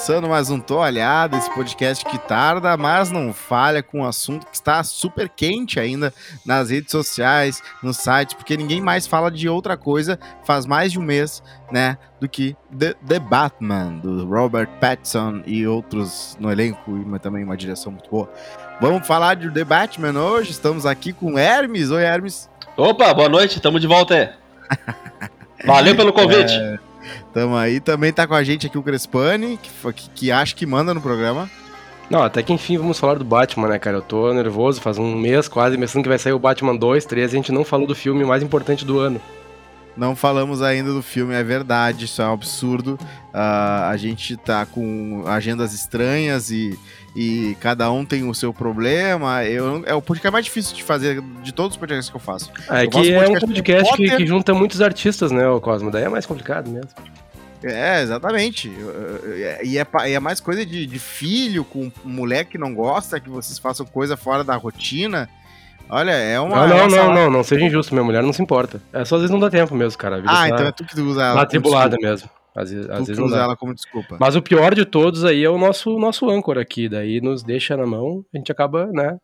começando mais um Tô Olhado, esse podcast que tarda, mas não falha, com um assunto que está super quente ainda nas redes sociais, no site, porque ninguém mais fala de outra coisa faz mais de um mês, né, do que The Batman, do Robert Pattinson e outros no elenco, mas também uma direção muito boa. Vamos falar de The Batman hoje, estamos aqui com Hermes. Oi, Hermes. Opa, boa noite, tamo de volta aí. Valeu pelo convite. Tamo aí, também tá com a gente aqui o Crespani, que acha que manda no programa. Não, até que enfim vamos falar do Batman, né, cara? Eu tô nervoso, faz um mês quase, pensando que vai sair o Batman 2, 3, e a gente não falou do filme mais importante do ano. Não falamos ainda do filme, é verdade, isso é um absurdo. A gente tá com agendas estranhas e cada um tem o seu problema. É o podcast mais difícil de fazer de todos os podcasts que eu faço. É que é um podcast que junta muitos artistas, né, o Cosmo? Daí é mais complicado mesmo. É, exatamente. E é mais coisa de filho com moleque que não gosta, que vocês façam coisa fora da rotina. Olha, é uma... Não seja injusto, minha mulher não se importa. É só às vezes não dá tempo mesmo, cara. Então é tu que usa ela como tribulada mesmo. Às vezes não usa dá. ela como desculpa. Mas o pior de todos aí é o nosso âncora aqui, daí nos deixa na mão, a gente acaba, né?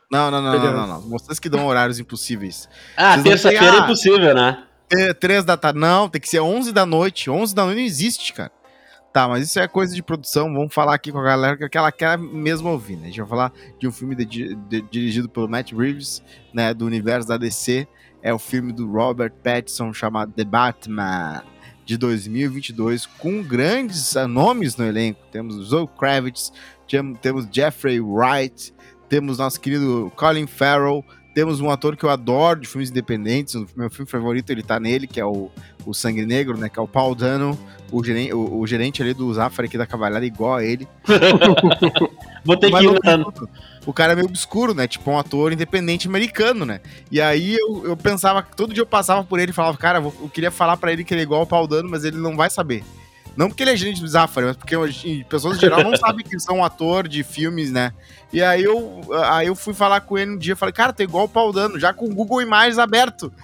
Não. Vocês que dão horários impossíveis. Terça-feira é impossível, né? 3 da tarde, não, tem que ser 11 da noite. 11 da noite não existe, cara. Tá, mas isso é coisa de produção, vamos falar aqui com a galera que ela quer mesmo ouvir, né? A gente vai falar de um filme dirigido pelo Matt Reeves, né, do universo da DC. É o filme do Robert Pattinson chamado The Batman, de 2022, com grandes nomes no elenco. Temos o Zoe Kravitz, temos Jeffrey Wright, temos nosso querido Colin Farrell, temos um ator que eu adoro de filmes independentes, o meu filme favorito, ele tá nele, que é o Sangue Negro, né, que é o Paul Dano, o gerente ali do Zafari aqui da Cavalhada, igual a ele. Vou ter que ir lutando. O cara é meio obscuro, né, tipo um ator independente americano, né, e aí eu pensava, todo dia eu passava por ele e falava, cara, eu queria falar pra ele que ele é igual ao Paul Dano, mas ele não vai saber. Não porque ele é gerente do Zafari, mas porque pessoas em geral não sabem que são um ator de filmes, né? E aí eu fui falar com ele um dia, falei, cara, tá igual o Paul Dano, já com o Google Imagens aberto.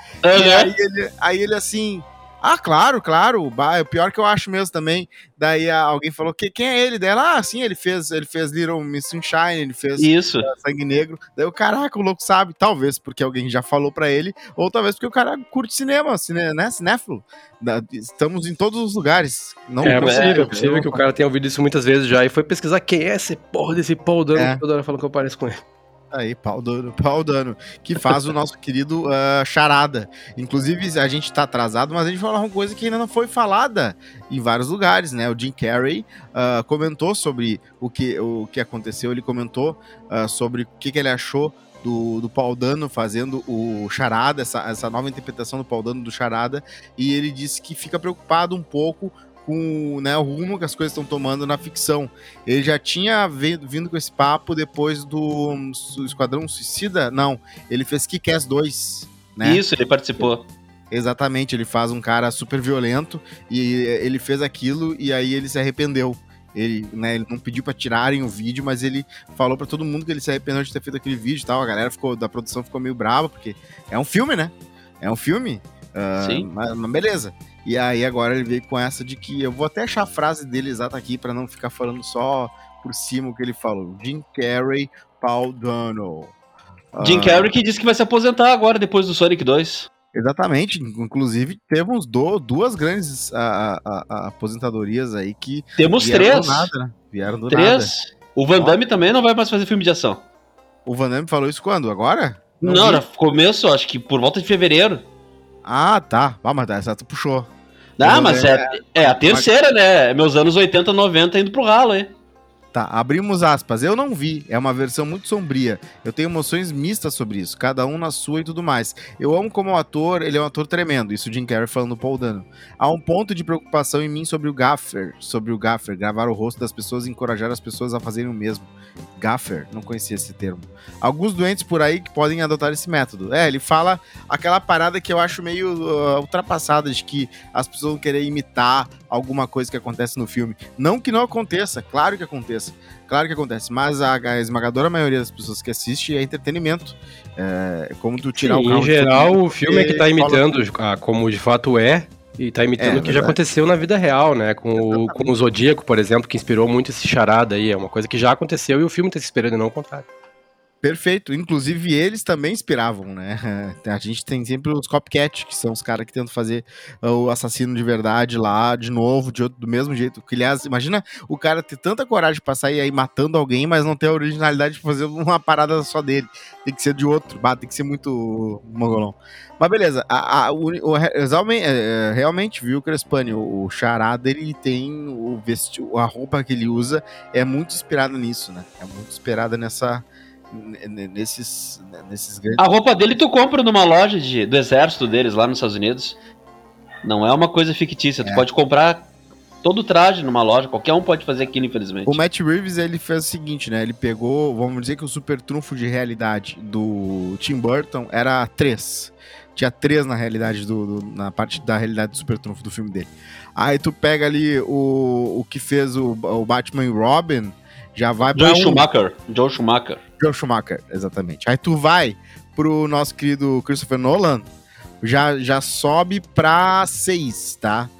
E aí ele assim, claro, o pior que eu acho mesmo também. Daí alguém falou, quem é ele? Daí ela, sim, ele fez Little Miss Sunshine, ele fez Isso. Sangue Negro. Daí o caraca, o louco sabe, talvez porque alguém já falou pra ele, ou talvez porque o cara curte cinema, né, cinéfilo. Estamos em todos os lugares. Não, é possível que o cara tenha ouvido isso muitas vezes já e foi pesquisar quem é esse porra desse Paul Dano que toda hora falando que eu pareço com ele. Aí, Paul Dano, que faz o nosso querido Charada. Inclusive, a gente tá atrasado, mas a gente vai falar uma coisa que ainda não foi falada em vários lugares, né? O Jim Carrey comentou sobre o que aconteceu, ele comentou sobre o que ele achou do Paul Dano fazendo o Charada, essa nova interpretação do Paul Dano do Charada, e ele disse que fica preocupado um pouco com, né, o rumo que as coisas estão tomando na ficção. Ele já tinha vindo com esse papo depois do Esquadrão Suicida? Não, ele fez Kick-Ass 2, né? Isso, ele participou. Exatamente, ele faz um cara super violento e ele fez aquilo e aí ele se arrependeu. Ele não pediu pra tirarem o vídeo, mas ele falou pra todo mundo que ele se arrependeu de ter feito aquele vídeo e tal. A galera da produção ficou meio brava, porque é um filme, né? É um filme. Sim. Mas beleza. E aí agora ele veio com essa de que... Eu vou até achar a frase dele exata aqui pra não ficar falando só por cima o que ele falou. Jim Carrey, Paul Dano. Jim Carrey que disse que vai se aposentar agora, depois do Sonic 2. Exatamente. Inclusive, temos duas grandes aposentadorias aí que... Temos 3. Vieram do 3. nada. O Van Damme também não vai mais fazer filme de ação. O Van Damme falou isso quando? Agora? Não, no começo, acho que por volta de fevereiro. Tá. Mas essa tu puxou. Mas é a terceira, né? Meus anos 80, 90 indo pro ralo, hein? Tá, abrimos aspas. Eu não vi, é uma versão muito sombria. Eu tenho emoções mistas sobre isso, cada um na sua e tudo mais. Eu amo como ator, ele é um ator tremendo. Isso o Jim Carrey falando do Paul Dano. Há um ponto de preocupação em mim sobre o Gaffer, gravar o rosto das pessoas e encorajar as pessoas a fazerem o mesmo. Gaffer, não conhecia esse termo. Alguns doentes por aí que podem adotar esse método. Ele fala aquela parada que eu acho meio ultrapassada, de que as pessoas vão querer imitar alguma coisa que acontece no filme. Não que não aconteça, claro que acontece, mas a esmagadora maioria das pessoas que assiste é entretenimento. Como tu tirar o carro... Em geral, o filme é que tá imitando como de fato é, E tá imitando o que já aconteceu na vida real, né? Com o Zodíaco, por exemplo, que inspirou muito esse charada aí. É uma coisa que já aconteceu e o filme tá se esperando e não o contrário. Perfeito. Inclusive, eles também inspiravam, né? A gente tem sempre os copycat, que são os caras que tentam fazer o assassino de verdade lá, de novo, do mesmo jeito. Que, aliás, imagina o cara ter tanta coragem de passar aí matando alguém, mas não ter a originalidade de fazer uma parada só dele. Tem que ser de outro. Tem que ser muito mongolão. Mas beleza. Realmente, viu, Crespani? O charada, ele tem a roupa que ele usa é muito inspirada nisso, né? É muito inspirada nesses grandes... A roupa dele tu compra numa loja do exército deles lá nos Estados Unidos. Não é uma coisa fictícia. Tu pode comprar todo o traje numa loja. Qualquer um pode fazer aquilo, infelizmente. O Matt Reeves, ele fez o seguinte, né? Ele pegou, vamos dizer que o super trunfo de realidade do Tim Burton era 3. Tinha 3 na realidade, na parte da realidade do super trunfo do filme dele. Aí tu pega ali o que fez o Batman e Robin, já vai pra Joe Schumacher, exatamente. Aí tu vai pro nosso querido Christopher Nolan, já sobe pra 6, tá?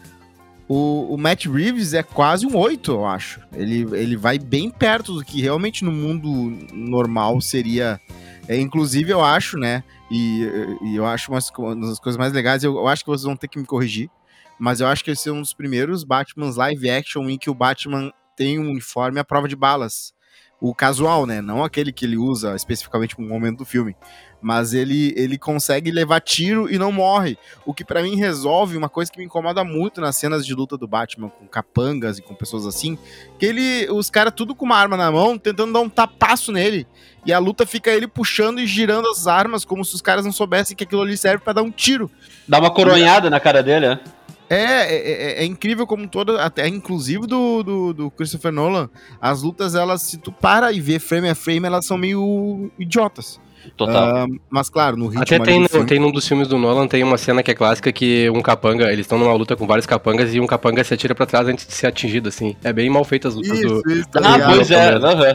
O Matt Reeves é quase um 8, eu acho. Ele vai bem perto do que realmente no mundo normal seria. Inclusive, eu acho, né? E eu acho uma das coisas mais legais, eu acho que vocês vão ter que me corrigir, mas eu acho que esse é um dos primeiros Batmans live action em que o Batman tem um uniforme à prova de balas. O casual, né? Não aquele que ele usa especificamente no momento do filme. Mas ele consegue levar tiro e não morre. O que pra mim resolve uma coisa que me incomoda muito nas cenas de luta do Batman com capangas e com pessoas assim. Que os caras tudo com uma arma na mão, tentando dar um tapaço nele. E a luta fica ele puxando e girando as armas como se os caras não soubessem que aquilo ali serve pra dar um tiro. Dá uma coronhada na cara dele, né? É incrível como toda, até inclusive do Christopher Nolan, as lutas, elas, se tu para e vê frame a frame, elas são meio idiotas. Total. Mas claro, no ritmo... Até tem num dos filmes do Nolan, tem uma cena que é clássica, que um capanga, eles estão numa luta com vários capangas e um capanga se atira pra trás antes de ser atingido, assim. É bem mal feito as lutas isso, pois é,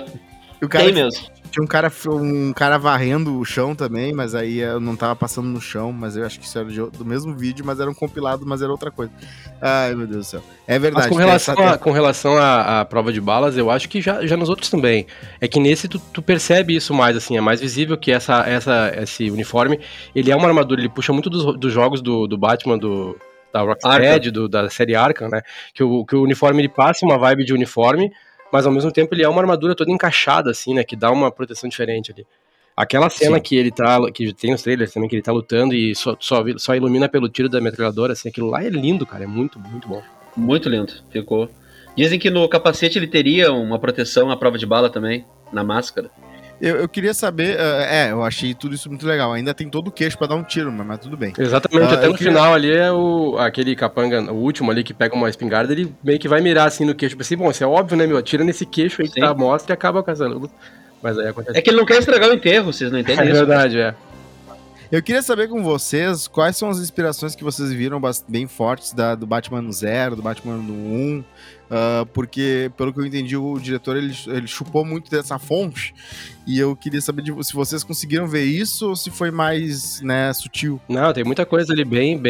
tem mesmo. Tinha um cara varrendo o chão também, mas aí eu não tava passando no chão, mas eu acho que isso era do mesmo vídeo, mas era um compilado, mas era outra coisa. Ai, meu Deus do céu. É verdade. Mas com relação à prova de balas, eu acho que já nos outros também. É que nesse tu percebe isso mais, assim, é mais visível que esse uniforme, ele é uma armadura, ele puxa muito dos jogos do Batman, da Rocksteady, da série Arkham, né? Que o uniforme, ele passa uma vibe de uniforme, mas ao mesmo tempo ele é uma armadura toda encaixada, assim, né? Que dá uma proteção diferente ali. Aquela cena que ele tá, que tem os trailers também, que ele tá lutando e só ilumina pelo tiro da metralhadora, assim, aquilo lá é lindo, cara, é muito, muito bom. Muito lindo, ficou. Dizem que no capacete ele teria uma proteção à prova de bala também, na máscara. Eu queria saber, eu achei tudo isso muito legal. Ainda tem todo o queixo pra dar um tiro, mas tudo bem. Exatamente, até no final ali é aquele capanga, o último ali que pega uma espingarda, ele meio que vai mirar assim no queixo, assim, bom, isso é óbvio, né, meu, atira nesse queixo aí que tá, mostra e acaba com essa luta. Mas aí acontece. É que ele não quer estragar o enterro, vocês não entendem isso? É verdade, é. Eu queria saber com vocês quais são as inspirações que vocês viram bem fortes do Batman 0, do Batman 1, porque, pelo que eu entendi, o diretor ele chupou muito dessa fonte, e eu queria saber se vocês conseguiram ver isso ou se foi mais, né, sutil. Não, tem muita coisa ali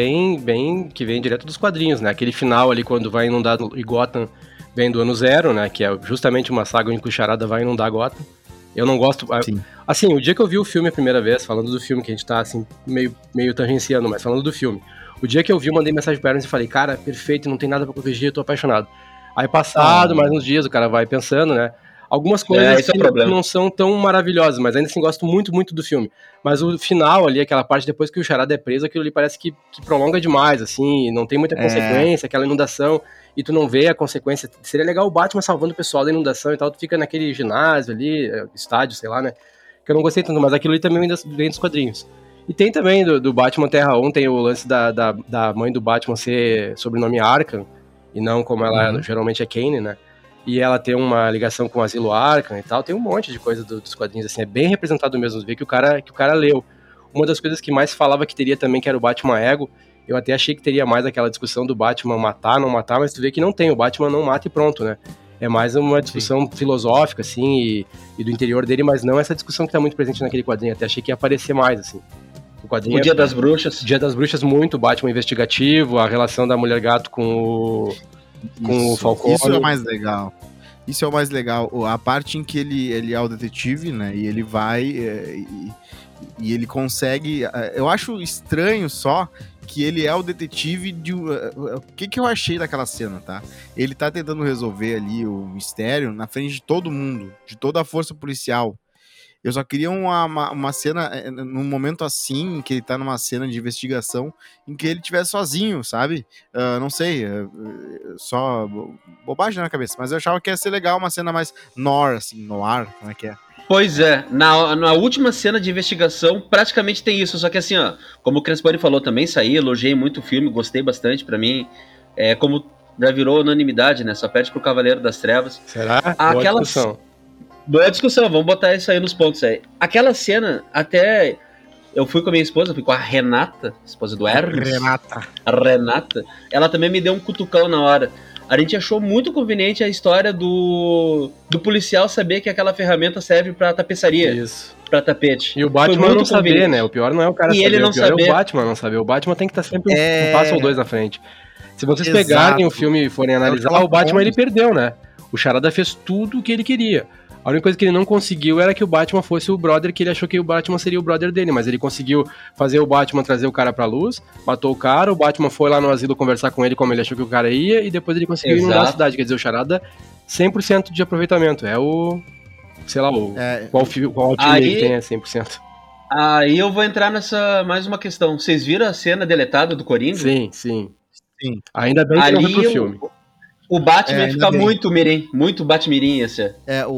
bem que vem direto dos quadrinhos, né? Aquele final ali quando vai inundar e Gotham vem do ano 0, né? Que é justamente uma saga em que o Charada vai inundar Gotham. Eu não gosto... Sim. Assim, o dia que eu vi o filme a primeira vez, falando do filme, que a gente tá, assim, meio tangenciando, mas falando do filme. O dia que eu vi, eu mandei mensagem pra Aaron e falei, cara, perfeito, não tem nada pra corrigir, eu tô apaixonado. Aí, passado mais uns dias, o cara vai pensando, né? Algumas coisas que não são tão maravilhosas, mas ainda assim, gosto muito, muito do filme. Mas o final ali, aquela parte depois que o Charada é preso, aquilo ali parece que prolonga demais, assim, não tem muita consequência, aquela inundação... E tu não vê a consequência. Seria legal o Batman salvando o pessoal da inundação e tal. Tu fica naquele ginásio ali, estádio, sei lá, né? Que eu não gostei tanto, mas aquilo ali também vem dos quadrinhos. E tem também do Batman Terra 1, tem o lance da mãe do Batman ser sobrenome Arkham, e não como ela geralmente é Kane, né? E ela tem uma ligação com o Asilo Arkham e tal. Tem um monte de coisa dos quadrinhos, assim. É bem representado mesmo. Vê que o cara leu. Uma das coisas que mais falava que teria também, que era o Batman Ego. Eu até achei que teria mais aquela discussão do Batman matar, não matar, mas tu vê que não tem, o Batman não mata e pronto, né? É mais uma discussão filosófica, assim, e do interior dele, mas não essa discussão que tá muito presente naquele quadrinho, até achei que ia aparecer mais, assim. O quadrinho O Dia das Bruxas. Dia das Bruxas, muito Batman investigativo, a relação da Mulher Gato com o Falcone. Isso é o mais legal. Isso é o mais legal. A parte em que ele é o detetive, né? E ele vai e ele consegue. Eu acho estranho só que ele é o detetive de. O que eu achei daquela cena, tá? Ele tá tentando resolver ali o mistério na frente de todo mundo, de toda a força policial. Eu só queria uma cena, num momento assim, que ele tá numa cena de investigação, em que ele estiver sozinho, sabe? Não sei, só bobagem na cabeça, mas eu achava que ia ser legal uma cena mais noir, assim, noir, como é que é? Pois é, na última cena de investigação praticamente tem isso, só que assim, ó, como o Crespani falou também, saí, elogiei muito o filme, gostei bastante, pra mim, como já virou unanimidade, né, só perde pro Cavaleiro das Trevas. Será? Boa discussão. Boa discussão, vamos botar isso aí nos pontos aí. Aquela cena, até eu fui com a minha esposa, fui com a Renata, esposa do Hermes. A Renata, ela também me deu um cutucão na hora. A gente achou muito conveniente a história do policial saber que aquela ferramenta serve pra tapeçaria. Isso. Pra tapete. E o Batman não saber, né? O pior não é o cara saber, ele não o pior saber. É o Batman não saber. O Batman tem que estar sempre um passo ou dois na frente. Se vocês Exato. pegarem o filme e forem analisar, o Batman ele perdeu, né? O Charada fez tudo o que ele queria. A única coisa que ele não conseguiu era que o Batman fosse o brother, que ele achou que o Batman seria o brother dele, mas ele conseguiu fazer o Batman trazer o cara pra luz, matou o cara, o Batman foi lá no asilo conversar com ele como ele achou que o cara ia, e depois ele conseguiu inundar a cidade. Quer dizer, o Charada, 100% de aproveitamento. É o... sei lá, qual time que tem 100%. Aí eu vou entrar nessa mais uma questão. Vocês viram a cena deletada do Coringa? Sim. Ainda bem que não foi pro filme. O Batman fica muito Batmirim esse.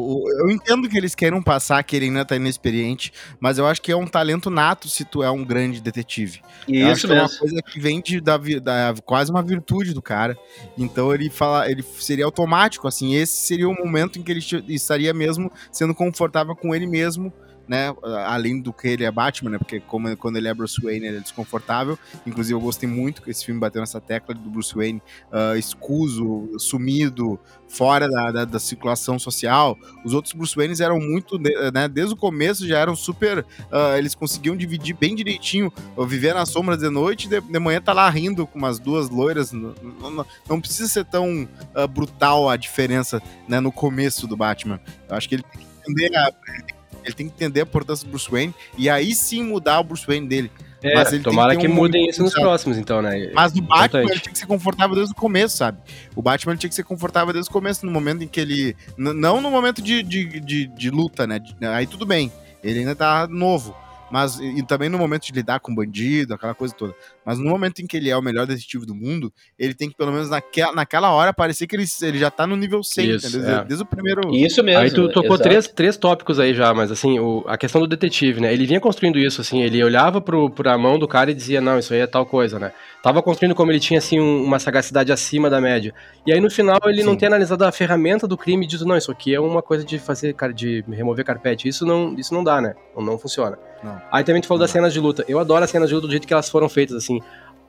Eu entendo que eles queiram passar que ele ainda tá inexperiente, mas eu acho que é um talento nato se tu é um grande detetive. Eu acho que é uma coisa que vem da quase uma virtude do cara. Então ele seria automático, assim, esse seria o momento em que ele estaria mesmo sendo confortável com ele mesmo, né, além do que ele é Batman, né, porque quando ele é Bruce Wayne ele é desconfortável. Inclusive eu gostei muito que esse filme bateu nessa tecla do Bruce Wayne escuso, sumido, fora da circulação social. Os outros Bruce Waynes eram muito, né, desde o começo já eram super, eles conseguiam dividir bem direitinho, viver nas sombras de noite e de manhã tá lá rindo com umas duas loiras. Não precisa ser tão brutal a diferença, né, no começo do Batman. Eu acho que ele tem que entender ele tem que entender a importância do Bruce Wayne e aí sim mudar o Bruce Wayne dele. Mas ele tomara que mudem isso nos próximos, então, né? Mas no Batman ele tinha que ser confortável desde o começo, sabe? O Batman ele tinha que ser confortável desde o começo, no momento em que ele... Não no momento de luta, né? Aí tudo bem, ele ainda tá novo. Mas, e também no momento de lidar com bandido, aquela coisa toda. Mas no momento em que ele é o melhor detetive do mundo, ele tem que, pelo menos naquela hora, parecer que ele já tá no nível 100, isso, desde o primeiro... Isso mesmo. Aí tu tocou três tópicos aí já, mas assim, a questão do detetive, né? Ele vinha construindo isso, assim, ele olhava pra mão do cara e dizia, não, isso aí é tal coisa, né? Tava construindo como ele tinha, assim, uma sagacidade acima da média. E aí no final ele não tem analisado a ferramenta do crime e diz, não, isso aqui é uma coisa de fazer, de remover carpete. Isso não dá, né? Não funciona. Não. Aí também tu falou das cenas de luta. Eu adoro as cenas de luta do jeito que elas foram feitas, assim.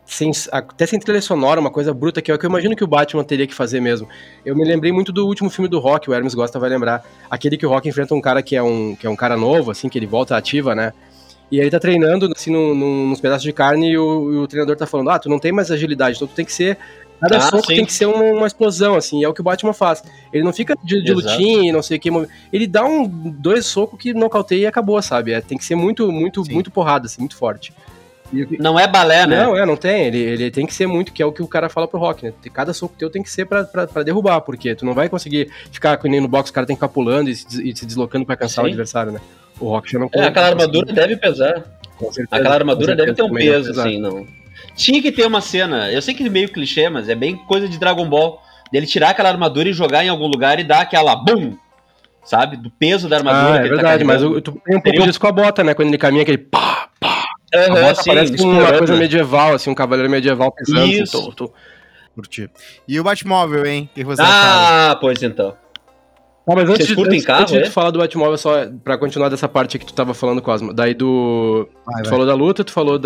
Até sem trilha sonora, uma coisa bruta, que é o que eu imagino que o Batman teria que fazer mesmo. Eu me lembrei muito do último filme do Rock, o Hermes gosta, vai lembrar. Aquele que o Rock enfrenta um cara que é um cara novo, assim, que ele volta ativa, né? E ele tá treinando, assim, nos pedaços de carne e o treinador tá falando, tu não tem mais agilidade, então tu tem que ser... Cada soco tem que ser uma explosão, assim, é o que o Batman faz. Ele não fica de lutinha e não sei o que. Ele dá dois socos que nocauteia e acabou, sabe? Tem que ser muito porrada, assim, muito forte. Não é balé, né? Não tem. Ele tem que ser muito, que é o que o cara fala pro Rock, né? Cada soco teu tem que ser pra derrubar, porque tu não vai conseguir ficar que nem no boxe, o cara tem que ficar pulando e se deslocando pra cansar o adversário, né? O Rock já não consegue. Aquela armadura deve pesar. Com certeza, aquela armadura deve ter um peso, assim, não. Tinha que ter uma cena, eu sei que é meio clichê, mas é bem coisa de Dragon Ball, dele tirar aquela armadura e jogar em algum lugar e dar aquela BUM! Sabe? Do peso da armadura. É verdade, mas tu tem um pouco disso com a bota, né? Quando ele caminha, aquele pá! A bota parece uma coisa medieval, assim, um cavaleiro medieval pesando. Isso. Assim, curti. E o Batmóvel, hein? O que você achava? Pois então. Mas antes de falar do Batmóvel, só pra continuar dessa parte que tu tava falando, Cosmo, daí tu falou da luta, tu falou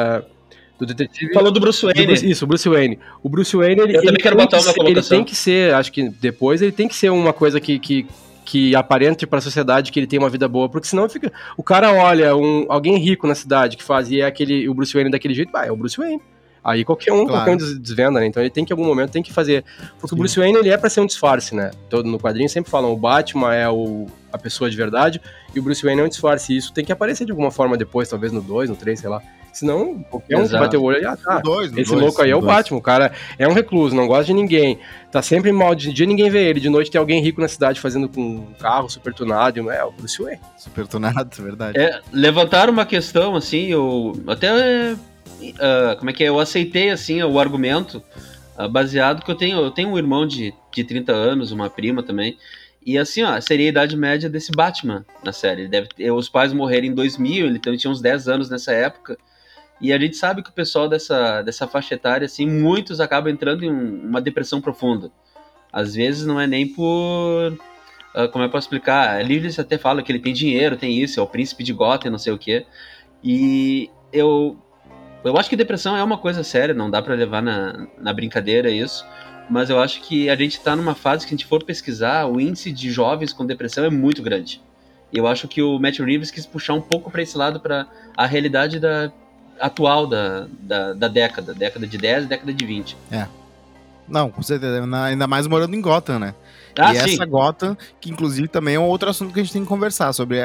do detetive. Falou do Bruce Wayne. Isso, o Bruce Wayne. O Bruce Wayne, eu também quero botar uma colocação. Ele tem que ser, acho que depois, ele tem que ser uma coisa que que aparente pra sociedade que ele tem uma vida boa, porque senão fica... O cara olha alguém rico na cidade que fazia o Bruce Wayne daquele jeito, é o Bruce Wayne. Aí qualquer um desvenda, né? Então ele tem que, em algum momento, tem que fazer... Porque o Bruce Wayne, ele é pra ser um disfarce, né? No quadrinho sempre falam, o Batman é a pessoa de verdade, e o Bruce Wayne é um disfarce. E isso tem que aparecer de alguma forma depois, talvez no 2, no 3, sei lá. Senão, qualquer um que vai ter o olho, esse louco aí é o Batman, o cara é um recluso, não gosta de ninguém, tá sempre mal, de dia ninguém vê ele, de noite tem alguém rico na cidade fazendo com um carro super tunado, o Bruce Wayne. Super tunado, verdade. Levantaram uma questão, assim, eu até, como é que é, eu aceitei, assim, o argumento, baseado que eu tenho um irmão de 30 anos, uma prima também, e assim, seria a idade média desse Batman na série. Os pais morreram em 2000, então ele tinha uns 10 anos nessa época. E a gente sabe que o pessoal dessa faixa etária, assim, muitos acabam entrando em uma depressão profunda. Às vezes não é nem por... como eu posso explicar? Ali eles até falam que ele tem dinheiro, tem isso, é o príncipe de Gotham, não sei o quê. E eu acho que depressão é uma coisa séria, não dá pra levar na brincadeira isso. Mas eu acho que a gente tá numa fase que, a gente for pesquisar, o índice de jovens com depressão é muito grande. E eu acho que o Matt Reeves quis puxar um pouco pra esse lado, pra a realidade atual da década de 10 e década de 20. Não, com certeza, ainda mais morando em Gotham, né? Sim. Essa Gotham, que inclusive também é um outro assunto que a gente tem que conversar, sobre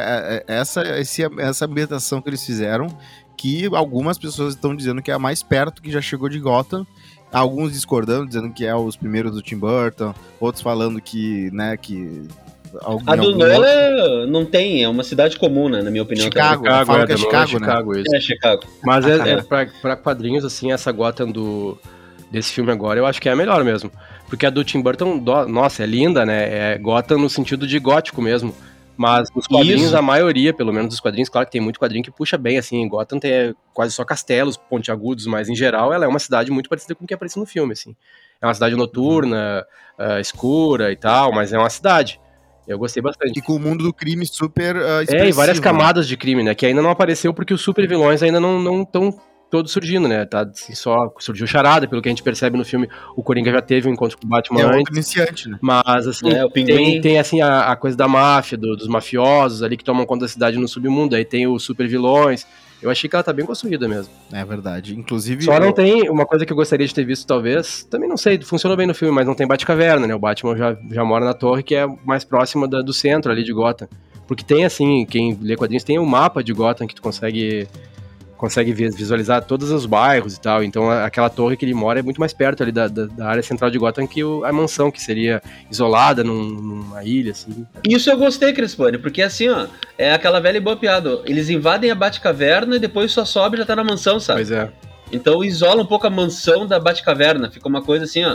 essa ambientação que eles fizeram, que algumas pessoas estão dizendo que é a mais perto que já chegou de Gotham, alguns discordando, dizendo que é os primeiros do Tim Burton, outros falando que, né, que... A do Nolan não tem, é uma cidade comum, né, na minha opinião. Chicago, fala que é Chicago, né? Isso. É Chicago. Mas pra quadrinhos, assim, essa Gotham desse filme agora, eu acho que é a melhor mesmo. Porque a do Tim Burton, nossa, é linda, né? É Gotham no sentido de gótico mesmo. Mas os quadrinhos, a maioria, pelo menos dos quadrinhos, claro que tem muito quadrinho que puxa bem, assim. Gotham tem quase só castelos pontiagudos, mas em geral ela é uma cidade muito parecida com o que aparece no filme, assim. É uma cidade noturna, escura e tal, mas é uma cidade. Eu gostei bastante. E com o mundo do crime super expressivo. E várias camadas de crime, né? Que ainda não apareceu porque os super vilões ainda não estão todos surgindo, né? Tá, assim, só surgiu Charada, pelo que a gente percebe no filme. O Coringa já teve um encontro com o Batman antes. Outro iniciante, né? Mas, assim, tem assim, a coisa da máfia, dos mafiosos ali que tomam conta da cidade no submundo. Aí tem os super vilões. Eu achei que ela tá bem construída mesmo. É verdade. Inclusive... Só não tem uma coisa que eu gostaria de ter visto, talvez. Também não sei, funcionou bem no filme, mas não tem Batcaverna, né? O Batman já mora na torre, que é mais próxima do centro ali de Gotham. Porque tem, assim, quem lê quadrinhos, tem o mapa de Gotham que tu consegue visualizar todos os bairros e tal. Então aquela torre que ele mora é muito mais perto ali da área central de Gotham que a mansão, que seria isolada numa ilha, assim. Isso eu gostei, Crespone, porque assim, é aquela velha e boa piada. Eles invadem a Batcaverna e depois só sobe e já tá na mansão, sabe? Pois é. Então isola um pouco a mansão da Batcaverna. Fica uma coisa assim,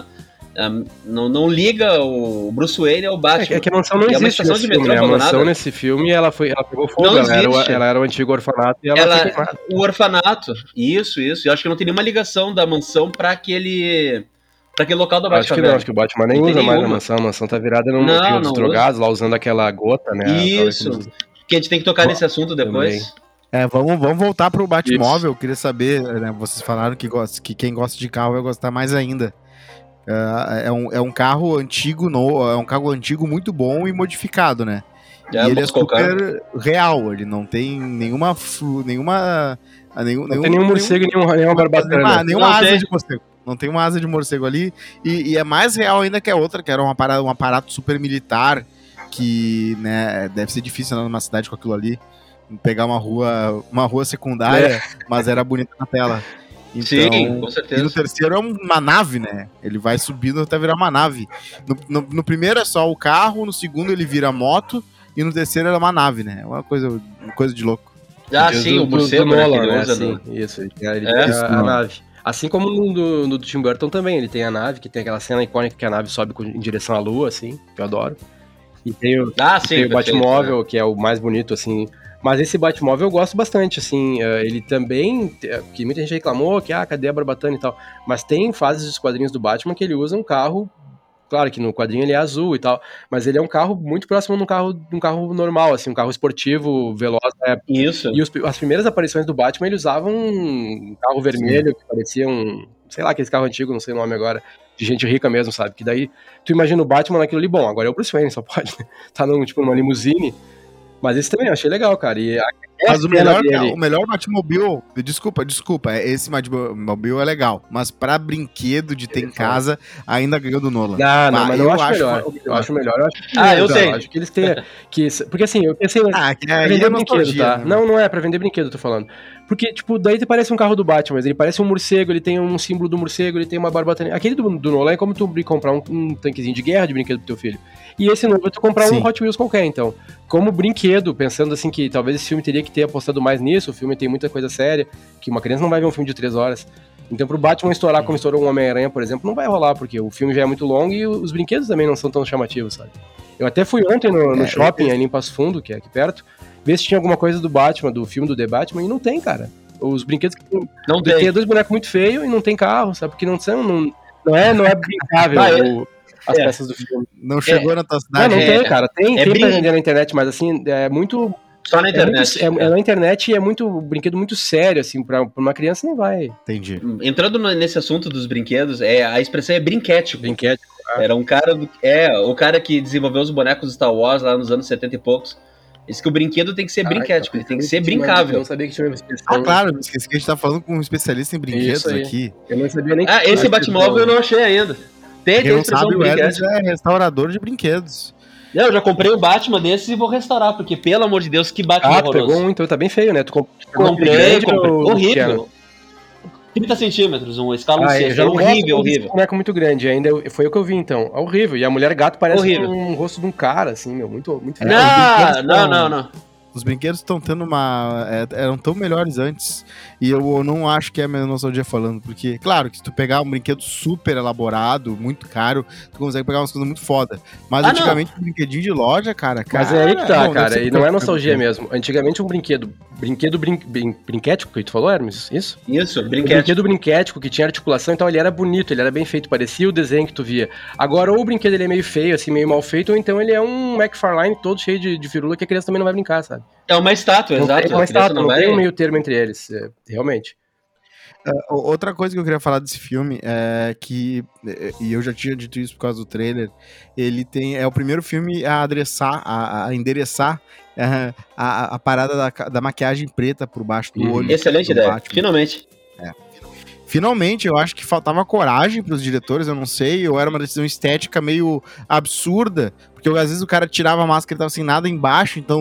não liga o Bruce Wayne ao Batman. É que a mansão não existe nesse filme, né? A mansão nesse filme, ela pegou fogo, ela era o antigo orfanato e ela foi queimada. O orfanato, isso. Eu acho que não tem nenhuma ligação da mansão pra aquele local da Batcaverna. Acho que o Batman nem usa mais a mansão tá virada num dos drogados, lá usando aquela gota, né? Isso, que a gente tem que tocar nesse assunto depois. Vamos voltar pro Batmóvel. Eu queria saber, né, vocês falaram que quem gosta de carro vai gostar mais ainda. É um carro antigo, é um carro antigo muito bom e modificado, né? E ele é super real, ele não tem nenhuma não tem nenhum morcego e nenhuma barbatana. Nenhuma asa de morcego. Não tem uma asa de morcego ali. E é mais real ainda que a outra, que era um aparato super militar, que, né, deve ser difícil andar numa cidade com aquilo ali. Pegar uma rua secundária, mas era bonita na tela. Então, sim, com certeza. E no terceiro é uma nave, né? Ele vai subindo até virar uma nave. No primeiro é só o carro, no segundo ele vira moto, e no terceiro é uma nave, né? É uma coisa de louco. Sim, o morcego, né? Nolan, né? Sim, isso. Ele tem a nave. Assim como no do Tim Burton também, ele tem a nave, que tem aquela cena icônica que a nave sobe em direção à lua, assim, que eu adoro. E tem o Batmóvel, que é o mais bonito, assim. Mas esse Batmóvel eu gosto bastante, assim, ele também, que muita gente reclamou que, cadê a barbatana e tal, mas tem fases dos quadrinhos do Batman que ele usa um carro, claro que no quadrinho ele é azul e tal, mas ele é um carro muito próximo de um carro normal, assim, um carro esportivo, veloz. Isso. E as primeiras aparições do Batman, ele usava um carro vermelho, que parecia sei lá, aquele carro antigo, não sei o nome agora. de gente rica mesmo, sabe? Que daí tu imagina o Batman naquilo ali, bom, agora é o Bruce Wayne, só pode, né? Tá numa limusine. Mas esse também eu achei legal, cara. E mas o melhor Batmobile, desculpa, esse Batmobile é legal, mas pra brinquedo de ter em casa, ainda ganhou do Nolan. Não, mas eu acho melhor. Eu acho melhor. Eu sei. Eu acho que eles têm porque assim, eu pensei pra vender brinquedo, tá? Né? Não é pra vender brinquedo, eu tô falando. Porque, tipo, daí parece um carro do Batman, mas ele parece um morcego, ele tem um símbolo do morcego, ele tem uma barbatana. Aquele do Nolan é como tu comprar um tanquezinho de guerra de brinquedo pro teu filho. E esse novo é tu comprar um Hot Wheels qualquer, então. Como brinquedo, pensando assim que talvez esse filme teria que ter apostado mais nisso, o filme tem muita coisa séria, que uma criança não vai ver um filme de 3 horas. Então pro Batman estourar como estourou um Homem-Aranha, por exemplo, não vai rolar, porque o filme já é muito longo e os brinquedos também não são tão chamativos, sabe? Eu até fui ontem no shopping, ali em Passo Fundo, que é aqui perto, ver se tinha alguma coisa do Batman, do filme do The Batman, e não tem, cara. Os brinquedos que tem 2 bonecos muito feios e não tem carro, sabe? Porque não é brincável as peças do filme. Não chegou na tua cidade? Não tem, cara. Tem pra vender na internet, mas assim, é muito... Só na internet. É na internet e é muito brinquedo muito sério, assim, pra uma criança não vai. Entendi. Entrando nesse assunto dos brinquedos, a expressão é brinquético. Brinquético. Era um cara... o cara que desenvolveu os bonecos Star Wars lá nos anos 70 e poucos. Disse que o brinquedo tem que ser brinquético, ele tem que ser brincável. Eu não sabia que tinha uma expressão. Claro, esqueci que a gente tá falando com um especialista em brinquedos aqui. Eu não sabia nem que esse Batmóvel eu não achei ainda. Quem não sabe, o Edson é restaurador de brinquedos. Eu já comprei um Batman desses e vou restaurar, porque, pelo amor de Deus, que Batman horroroso. Pegou um, então tá bem feio, né? Tu comprei, horrível. 30 centímetros, uma escala horrível. Um boneco muito grande, ainda foi o que eu vi, então. É horrível. E a mulher gato parece um rosto de um cara, assim, meu, muito feio. Não. Os brinquedos estão tendo eram tão melhores antes. E eu não acho que é a minha nostalgia falando. Porque, claro, que se tu pegar um brinquedo super elaborado, muito caro, tu consegue pegar umas coisas muito foda. Mas antigamente, um brinquedinho de loja, cara. Mas é aí que tá, cara. E não é nostalgia mesmo. Antigamente, um brinquético que tu falou, Hermes? Isso? Isso, brinquedo brinquético que tinha articulação, então ele era bonito, ele era bem feito, parecia o desenho que tu via. Agora, ou o brinquedo ele é meio feio, assim, meio mal feito, ou então ele é um McFarlane todo cheio de firula que a criança também não vai brincar, sabe? É uma estátua, exato. É uma estátua, não tem um meio termo entre eles, realmente. Outra coisa que eu queria falar desse filme é que, e eu já tinha dito isso por causa do trailer, ele é o primeiro filme a endereçar a parada da maquiagem preta por baixo do olho. Excelente ideia, Batman. Finalmente. Finalmente, eu acho que faltava coragem pros diretores, eu não sei, ou era uma decisão estética meio absurda, porque às vezes o cara tirava a máscara e tava sem nada embaixo, então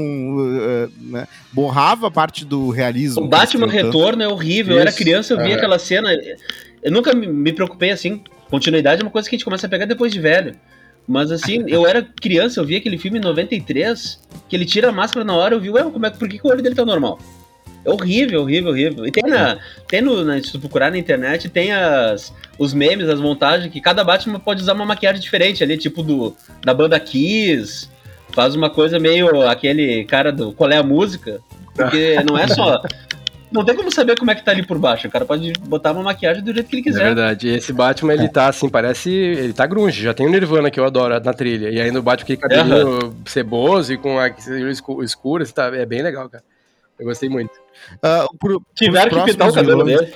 borrava parte do realismo. O Batman Retorno é horrível, eu era criança, eu via aquela cena, eu nunca me preocupei assim, continuidade é uma coisa que a gente começa a pegar depois de velho. Mas assim, eu era criança, eu vi aquele filme em 93, que ele tira a máscara na hora, eu vi, por que o olho dele tá normal? É horrível. E se tu procurar na internet, tem os memes, as montagens, que cada Batman pode usar uma maquiagem diferente ali, tipo da banda Kiss, faz uma coisa meio aquele cara do Qual é a Música, porque não é só... Não tem como saber como é que tá ali por baixo, o cara pode botar uma maquiagem do jeito que ele quiser. É verdade, esse Batman, ele tá assim, ele tá grunge, já tem o Nirvana que eu adoro na trilha, e ainda o Batman aquele cabelinho ceboso e com a escura, tá, é bem legal, cara. Eu gostei muito. Tiveram que pintar o cabelo dele.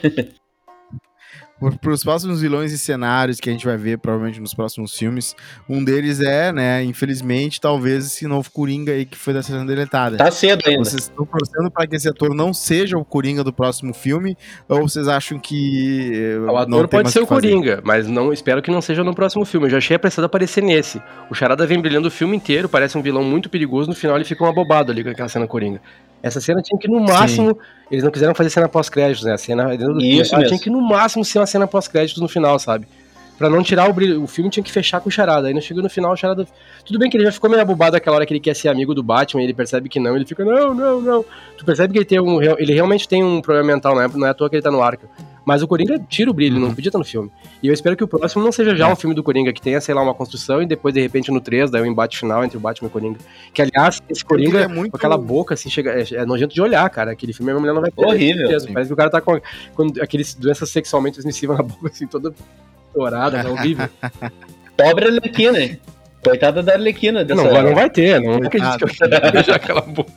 Para os próximos vilões e cenários que a gente vai ver provavelmente nos próximos filmes, um deles é, né, infelizmente, talvez esse novo Coringa aí que foi da sessão deletada. Tá cedo ainda. Vocês estão torcendo para que esse ator não seja o Coringa do próximo filme, ou vocês acham que o ator pode ser o Coringa, mas não, espero que não seja no próximo filme. Eu já achei apressado aparecer nesse. O Charada vem brilhando o filme inteiro, parece um vilão muito perigoso, no final ele fica uma bobada ali com aquela cena Coringa. Essa cena tinha que, no máximo, eles não quiseram fazer cena pós-créditos, né? A cena dentro do filme. Tinha que, no máximo, ser uma cena pós-créditos no final, sabe? Pra não tirar o brilho. O filme tinha que fechar com o Charada. Aí não chegou no final, o Charada... Tudo bem que ele já ficou meio abobado aquela hora que ele quer ser amigo do Batman, e ele percebe que não, ele fica, não. Tu percebe que ele realmente tem um problema mental, não é à toa que ele tá no arco. Mas o Coringa tira o brilho, não podia estar no filme. E eu espero que o próximo não seja já um filme do Coringa, que tenha, sei lá, uma construção e depois, de repente, no 3, daí o embate final entre o Batman e o Coringa. Que, aliás, esse Coringa, com aquela boca, assim, é nojento de olhar, cara. Aquele filme a mulher não vai ter. Horrível. Parece que o cara tá com aqueles doenças sexualmente transmissivas na boca, assim, toda dourada, é horrível. Pobre Arlequina, hein? Coitada da Arlequina. Não vai ter, não acredito que eu veja aquela boca.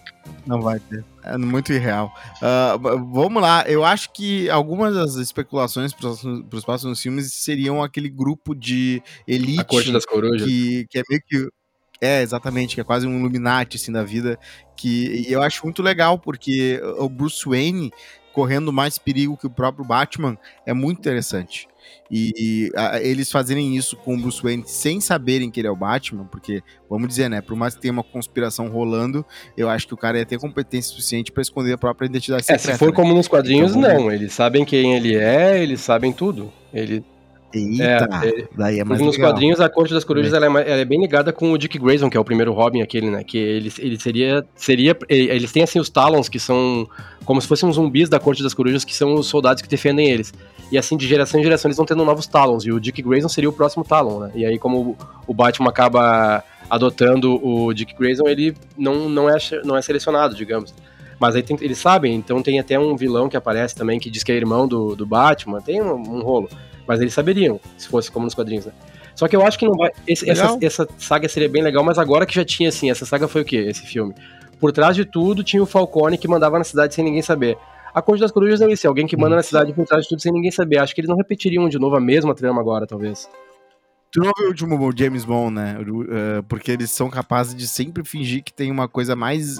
Não vai ter. É muito irreal. Vamos lá. Eu acho que algumas das especulações para os próximos filmes seriam aquele grupo de elite. A Corte das Corujas. Que é meio que. É, exatamente, que é quase um Illuminati, assim, da vida. E eu acho muito legal, porque o Bruce Wayne correndo mais perigo que o próprio Batman é muito interessante. E eles fazerem isso com o Bruce Wayne sem saberem que ele é o Batman, porque, vamos dizer, né, por mais que tenha uma conspiração rolando, eu acho que o cara ia ter competência suficiente para esconder a própria identidade secreta. Se for né? como nos quadrinhos, então, não. Eles sabem quem ele é, eles sabem tudo. Eita, daí é mais nos legal. Quadrinhos, a Corte das Corujas ela é bem ligada com o Dick Grayson, que é o primeiro Robin, aquele, né? Que ele seria. Eles têm assim os Talons, que são como se fossem uns zumbis da Corte das Corujas, que são os soldados que defendem eles. E assim, de geração em geração, eles vão tendo novos Talons. E o Dick Grayson seria o próximo Talon, né? E aí, como o Batman acaba adotando o Dick Grayson, ele não é selecionado, digamos. Mas aí eles sabem, então tem até um vilão que aparece também, que diz que é irmão do Batman, tem um rolo. Mas eles saberiam, se fosse como nos quadrinhos, né? Só que eu acho que não vai... Essa saga seria bem legal, mas agora que já tinha, assim, essa saga foi o quê? Esse filme. Por trás de tudo, tinha o Falcone que mandava na cidade sem ninguém saber. A Corte das Corujas é isso, alguém que manda na cidade por trás de tudo sem ninguém saber. Acho que eles não repetiriam de novo a mesma trama agora, talvez. Tu não viu o último James Bond, né? Porque eles são capazes de sempre fingir que tem uma coisa mais...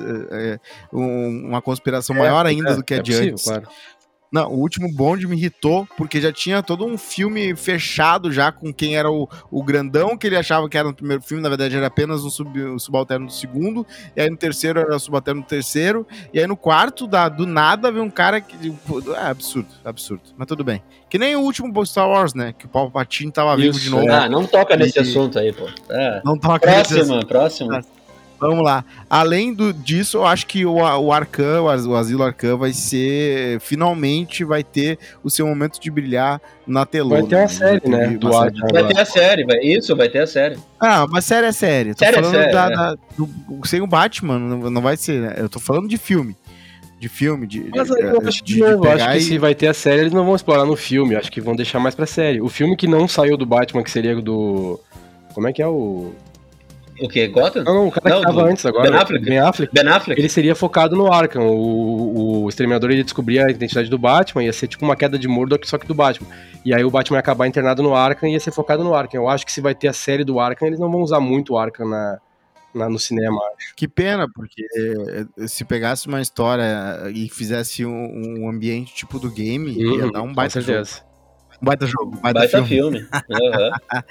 uma conspiração maior ainda do que a de possível, antes. Claro. Não, o último Bond me irritou, porque já tinha todo um filme fechado já com quem era o grandão, que ele achava que era no primeiro filme, na verdade era apenas um subalterno do segundo, e aí no terceiro era o subalterno do terceiro, e aí no quarto, do nada, veio um cara que... É absurdo. Mas tudo bem. Que nem o último Star Wars, né? Que o Palpatine tava vivo de novo. Não toca nesse assunto aí, pô. Não toca nesse assunto. Próximo. Vamos lá. Além disso, eu acho que o Arkham, o Asilo Arkham finalmente vai ter o seu momento de brilhar na telona. Vai ter uma série, né? Do Arkham. Vai ter a série, vai ter a série. Ah, mas série é série. Tô falando sem o Batman, não vai ser, né? Eu tô falando de filme. Mas eu acho que se vai ter a série, eles não vão explorar no filme. Acho que vão deixar mais pra série. O filme que não saiu do Batman, que seria do... Como é que é o... O que? Gotham? Não, o cara que tava antes agora. Ben Affleck. Ele seria focado no Arkham. O Exterminador ia descobrir a identidade do Batman, ia ser tipo uma queda de Murdoch, só que do Batman. E aí o Batman ia acabar internado no Arkham e ia ser focado no Arkham. Eu acho que se vai ter a série do Arkham, eles não vão usar muito o Arkham no cinema, acho. Que pena, porque se pegasse uma história e fizesse um ambiente tipo do game, ia dar um baita jogo. Baita jogo, baita filme. Uhum.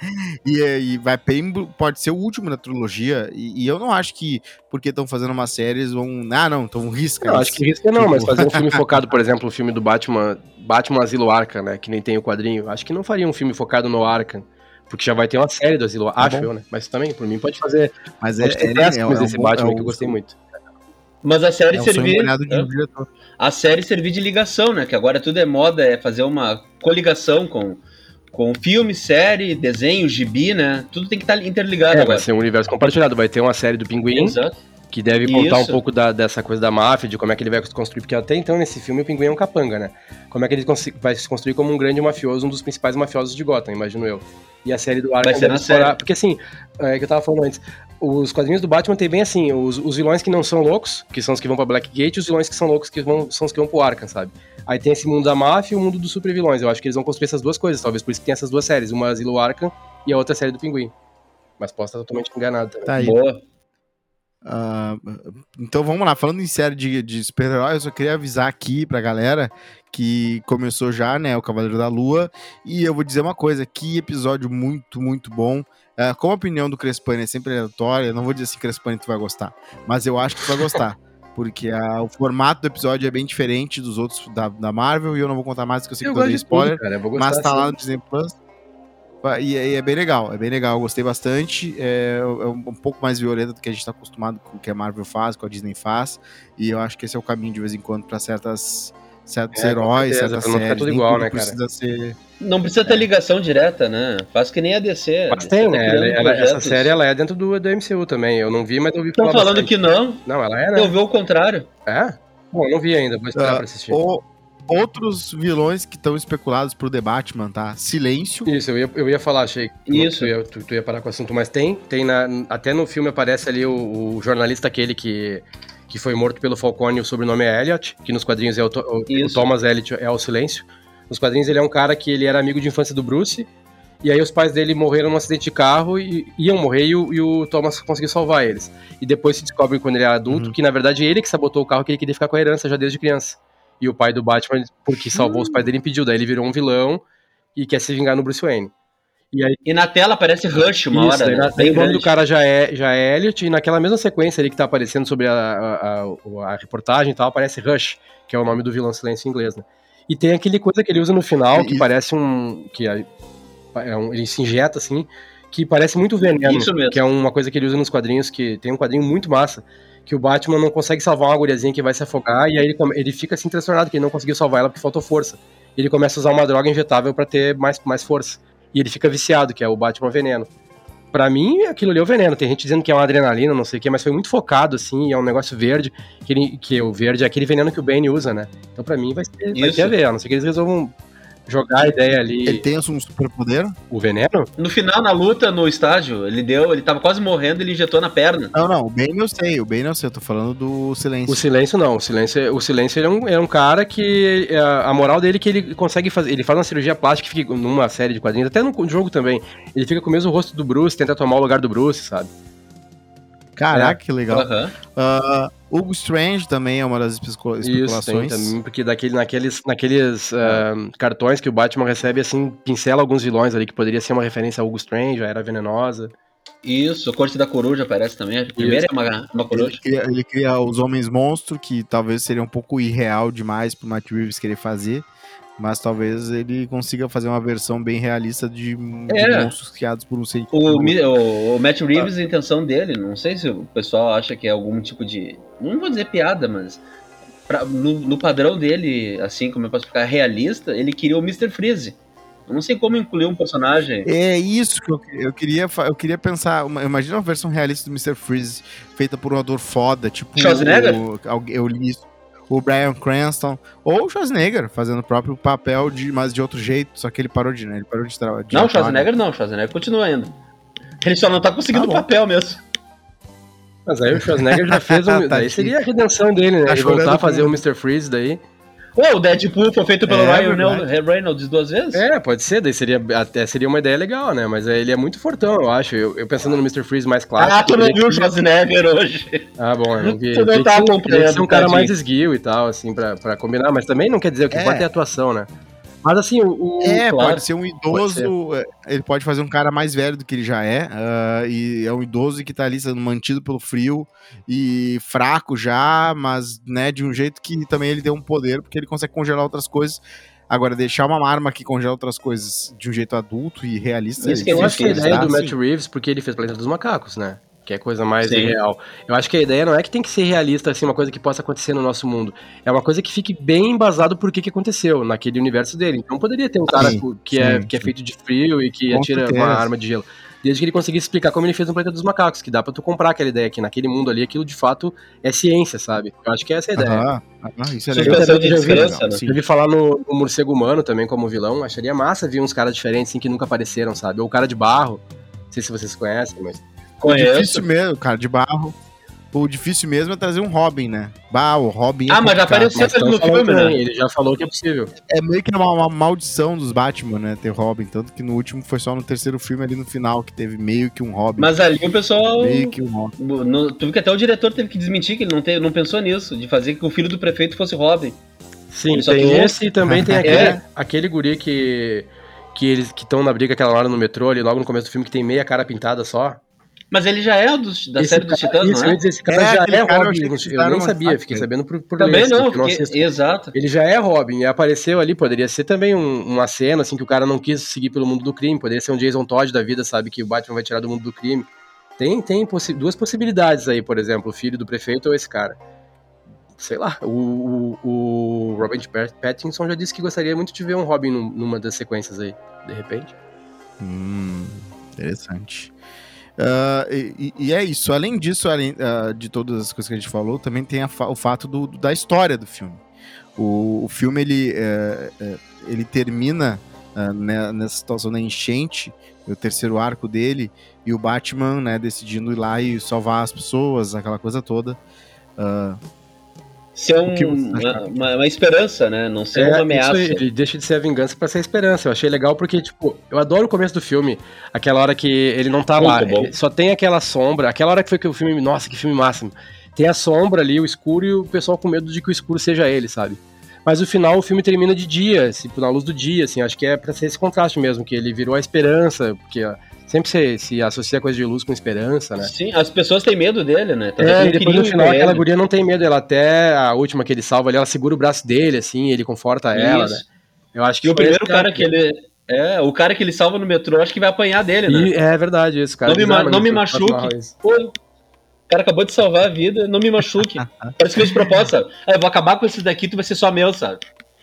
E pode ser o último da trilogia. E eu não acho que, porque estão fazendo uma série, eles vão. Não, então risca. Não, acho que risca não, mas fazer um filme focado, por exemplo, o filme do Batman Asilo Arkham, né? Que nem tem o quadrinho. Acho que não faria um filme focado no Arkham. Porque já vai ter uma série do Asilo Arkham, acho eu, né? Mas também, por mim, pode fazer. Mas desse Batman que eu gostei muito. Mas a série a série servir de ligação, né? Que agora tudo é moda, é fazer uma coligação com filme, série, desenho, gibi, né? Tudo tem que estar interligado agora. Vai ser um universo compartilhado. Vai ter uma série do Pinguim, Exato. Que deve contar um pouco dessa coisa da máfia, de como é que ele vai se construir. Porque até então, nesse filme, o Pinguim é um capanga, né? Como é que ele vai se construir como um grande mafioso, um dos principais mafiosos de Gotham, imagino eu. E a série do Arkham vai ser na série. Porque assim, é que eu tava falando antes, os quadrinhos do Batman tem bem assim, os vilões que não são loucos, que são os que vão pra Blackgate, e os vilões que são loucos, são os que vão pro Arkham, sabe? Aí tem esse mundo da máfia e o mundo dos super vilões. Eu acho que eles vão construir essas duas coisas, talvez por isso que tem essas duas séries, uma Asilo Arkham e a outra série do Pinguim. Mas posso estar totalmente enganado também. Tá aí. Boa. Então vamos lá, falando em série de super-heróis, eu só queria avisar aqui pra galera que começou já, né, o Cavaleiro da Lua, e eu vou dizer uma coisa, que episódio muito, muito bom. Como a opinião do Crespani é sempre aleatória, eu não vou dizer assim, Crespani, tu vai gostar, mas eu acho que tu vai gostar, porque o formato do episódio é bem diferente dos outros da Marvel, e eu não vou contar mais, porque eu sei que eu dei spoiler, tudo, cara, mas tá lá no Disney Plus. E é bem legal, eu gostei bastante, é um pouco mais violento do que a gente tá acostumado com o que a Marvel faz, com a Disney faz, e eu acho que esse é o caminho de vez em quando pra certos heróis, certas séries, tudo igual, né, cara? Não precisa ter ligação direta, né? Faz que nem a DC. Mas tem, né? Essa série, ela é dentro do MCU também, eu não vi, mas eu vi falar. Estão falando bastante. Que não. Não, ela é, né? Eu vi o contrário. É? Bom, não vi ainda, vou esperar pra assistir. Outros vilões que estão especulados pro The Batman, tá? Silêncio. Isso, eu ia falar, achei que tu ia parar com o assunto, mas tem até no filme aparece ali o jornalista aquele que que foi morto pelo Falcone, o sobrenome é Elliot, que nos quadrinhos é o Thomas Elliot é o Silêncio. Nos quadrinhos ele é um cara que ele era amigo de infância do Bruce, e aí os pais dele morreram num acidente de carro e iam morrer e o Thomas conseguiu salvar eles. E depois se descobre quando ele é adulto que na verdade ele que sabotou o carro, que ele queria ficar com a herança já desde criança. E o pai do Batman, porque salvou os pais dele, impediu. Daí ele virou um vilão e quer se vingar no Bruce Wayne. E na tela aparece Rush uma hora, né? O nome do cara já é Elliot, e naquela mesma sequência ali que tá aparecendo sobre a reportagem e tal, aparece Rush, que é o nome do vilão Silêncio em inglês, né? E tem aquele coisa que ele usa no final, que parece ele se injeta assim, que parece muito veneno. Isso mesmo. Que é uma coisa que ele usa nos quadrinhos, que tem um quadrinho muito massa, que o Batman não consegue salvar uma guriazinha que vai se afogar, e aí ele fica assim transtornado, que ele não conseguiu salvar ela porque faltou força. E ele começa a usar uma droga injetável pra ter mais força. E ele fica viciado, que é o Batman Veneno. Pra mim, aquilo ali é o veneno. Tem gente dizendo que é uma adrenalina, não sei o quê, mas foi muito focado, assim, e é um negócio verde, que o verde é aquele veneno que o Bane usa, né? Então pra mim vai ter a ver, a não ser que eles resolvam jogar a ideia ali. Ele tem um superpoder? O veneno? No final, na luta, no estágio, ele tava quase morrendo, ele injetou na perna. Não, o Bane eu sei, eu tô falando do Silêncio. O Silêncio não, o Silêncio ele é um cara que a moral dele é que ele consegue fazer, ele faz uma cirurgia plástica que fica numa série de quadrinhos, até no jogo também, ele fica com o mesmo rosto do Bruce, tenta tomar o lugar do Bruce, sabe? Caraca, que legal. Hugo Strange também é uma das especulações. Isso, tem também, porque naqueles cartões que o Batman recebe, assim, pincela alguns vilões ali, que poderia ser uma referência a Hugo Strange, a Era Venenosa. Isso, a Corte da Coruja aparece também. A primeira é uma coruja. Ele cria os Homens Monstro, que talvez seria um pouco irreal demais pro Matt Reeves querer fazer. Mas talvez ele consiga fazer uma versão bem realista de monstros criados por um ser. O Matt Reeves, a intenção dele, não sei se o pessoal acha que é algum tipo de. Não vou dizer piada, mas. No padrão dele, assim como eu posso explicar, realista, ele queria o Mr. Freeze. Eu não sei como incluir um personagem. É isso que eu queria pensar. Imagina uma versão realista do Mr. Freeze feita por um ator foda, tipo. Schwarzenegger? Eu li isso. O Bryan Cranston, ou o Schwarzenegger, fazendo o próprio papel, mas de outro jeito, só que ele parou de trabalhar. Não, o Schwarzenegger continua ainda. Ele só não tá conseguindo papel mesmo. Mas aí o Schwarzenegger já fez daí seria a redenção dele, né? Ele voltar a fazer o Mr. Freeze daí. O Deadpool foi feito pelo Ryan Reynolds 2 vezes? Pode ser, daí seria uma ideia legal, né? Mas ele é muito fortão, eu acho. Eu pensando no Mr. Freeze mais clássico. Tu não viu o Schwarzenegger hoje. Bom, eu não vi. Tu não tá acompanhando. Tem que ser um cara mais esguio e tal, assim, pra combinar. Mas também não quer dizer o que pode ter atuação, né? Mas assim, pode ser um idoso, ele pode fazer um cara mais velho do que ele já é, e é um idoso que tá ali sendo mantido pelo frio e fraco já, mas, né, de um jeito que também ele tem um poder, porque ele consegue congelar outras coisas. Agora, deixar uma arma que congela outras coisas de um jeito adulto e realista... Isso que eu acho que a ideia do Matt Reeves, porque ele fez Planeta dos Macacos, né? Que é coisa mais real. Eu acho que a ideia não é que tem que ser realista, assim, uma coisa que possa acontecer no nosso mundo. É uma coisa que fique bem embasado por que aconteceu naquele universo dele. Então poderia ter um cara que é feito de frio e que atira uma arma de gelo. Desde que ele conseguisse explicar como ele fez no Planeta dos Macacos, que dá pra tu comprar aquela ideia aqui, naquele mundo ali, aquilo de fato é ciência, sabe? Eu acho que é essa a ideia. Isso é legal. Já vi falar no Morcego Humano também como vilão, acharia massa ver uns caras diferentes assim que nunca apareceram, sabe? Ou o cara de barro, não sei se vocês conhecem, mas... O difícil mesmo, cara, de barro. O difícil mesmo é trazer um Robin, né? O Robin. Mas já apareceu no filme, né? Ele já falou que é possível. É meio que uma maldição dos Batman, né? Ter Robin. Tanto que no último foi só no terceiro filme ali no final que teve meio que um Robin. Mas ali o pessoal. Meio que um Robin. Tu viu que até o diretor teve que desmentir que ele não pensou nisso, de fazer que o filho do prefeito fosse Robin. Sim, tem esse e também tem aquele guri que eles que estão na briga aquela hora no metrô, ali logo no começo do filme, que tem meia cara pintada só. Mas ele já é da série dos Titãs, não é? Esse cara já é Robin. Eu nem sabia, fiquei sabendo por também não, exato. Ele já é Robin, e apareceu ali, poderia ser também uma cena, assim, que o cara não quis seguir pelo mundo do crime, poderia ser um Jason Todd da vida, sabe, que o Batman vai tirar do mundo do crime. Tem duas possibilidades aí, por exemplo, o filho do prefeito ou esse cara. Sei lá, o Robert Pattinson já disse que gostaria muito de ver um Robin numa das sequências aí, de repente. Interessante. E é isso. Além disso, de todas as coisas que a gente falou, também tem o fato da história do filme. O filme ele termina nessa situação da enchente, o terceiro arco dele, e o Batman, né, decidindo ir lá e salvar as pessoas, aquela coisa toda. ser uma esperança, né? Não ser uma ameaça. Isso aí, ele deixa de ser a vingança pra ser a esperança. Eu achei legal porque, tipo, eu adoro o começo do filme. Aquela hora que ele não tá lá. Só tem aquela sombra. Aquela hora que foi que o filme... Nossa, que filme máximo. Tem a sombra ali, o escuro, e o pessoal com medo de que o escuro seja ele, sabe? Mas no final o filme termina de dia, tipo, na luz do dia, assim. Acho que é pra ser esse contraste mesmo, que ele virou a esperança, porque... Sempre se associa coisa de luz com esperança, né? Sim, as pessoas têm medo dele, né? E depois no final aquela guria não tem medo, ela até, a última que ele salva ali, ela segura o braço dele, assim, ele conforta ela, né? Eu acho que o primeiro cara que ele... o cara que ele salva no metrô, acho que vai apanhar dele, né? É verdade isso, cara. Não me machuque. Pô, o cara acabou de salvar a vida, não me machuque. Parece que fez de propósito, sabe? Eu vou acabar com esse daqui, tu vai ser só meu, sabe?